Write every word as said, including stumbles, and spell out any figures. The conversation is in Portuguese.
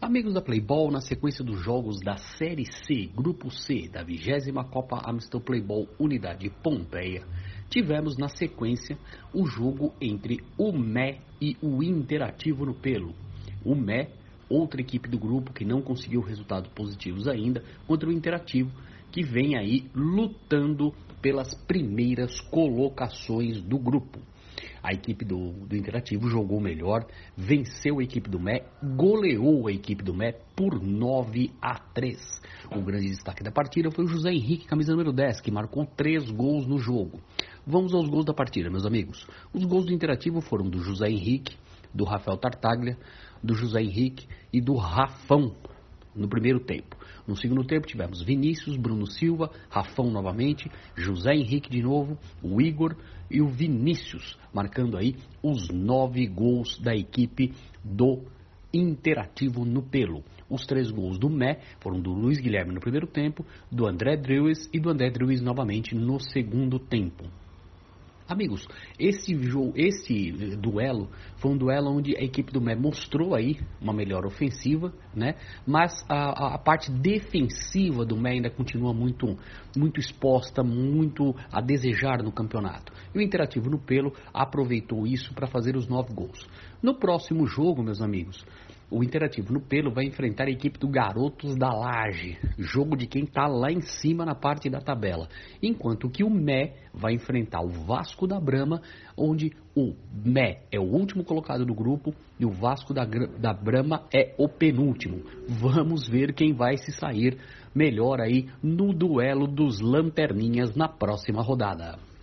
Amigos da Playball, na sequência dos jogos da Série C, Grupo C, da vigésima Copa Amistel Playball Unidade Pompeia, tivemos na sequência o jogo entre o M E e o Interativo no Pelo. O M E, outra equipe do grupo que não conseguiu resultados positivos ainda, contra o Interativo, que vem aí lutando pelas primeiras colocações do grupo. A equipe do, do Interativo jogou melhor, venceu a equipe do M E, goleou a equipe do M E por nove a três. O grande destaque da partida foi o José Henrique, camisa número dez, que marcou três gols no jogo. Vamos aos gols da partida, meus amigos. Os gols do Interativo foram do José Henrique, do Rafael Tartaglia, do José Henrique e do Rafão no primeiro tempo. No segundo tempo tivemos Vinícius, Bruno Silva, Rafão novamente, José Henrique de novo, o Igor e o Vinícius, marcando aí os nove gols da equipe do Interativo no Pelo. Os três gols do M E foram do Luiz Guilherme no primeiro tempo, do André Drewes e do André Drewes novamente no segundo tempo. Amigos, esse, jogo, esse duelo foi um duelo onde a equipe do M E mostrou aí uma melhor ofensiva, né? Mas a, a parte defensiva do M E ainda continua muito, muito exposta, muito a desejar no campeonato. E o Interativo no Pelo aproveitou isso para fazer os nove gols. No próximo jogo, meus amigos, o Interativo no Pelo vai enfrentar a equipe do Garotos da Laje, jogo de quem está lá em cima na parte da tabela. Enquanto que o M E vai enfrentar o Vasco da Brama, onde o M E é o último colocado do grupo e o Vasco da, da Brama é o penúltimo. Vamos ver quem vai se sair melhor aí no duelo dos Lanterninhas na próxima rodada.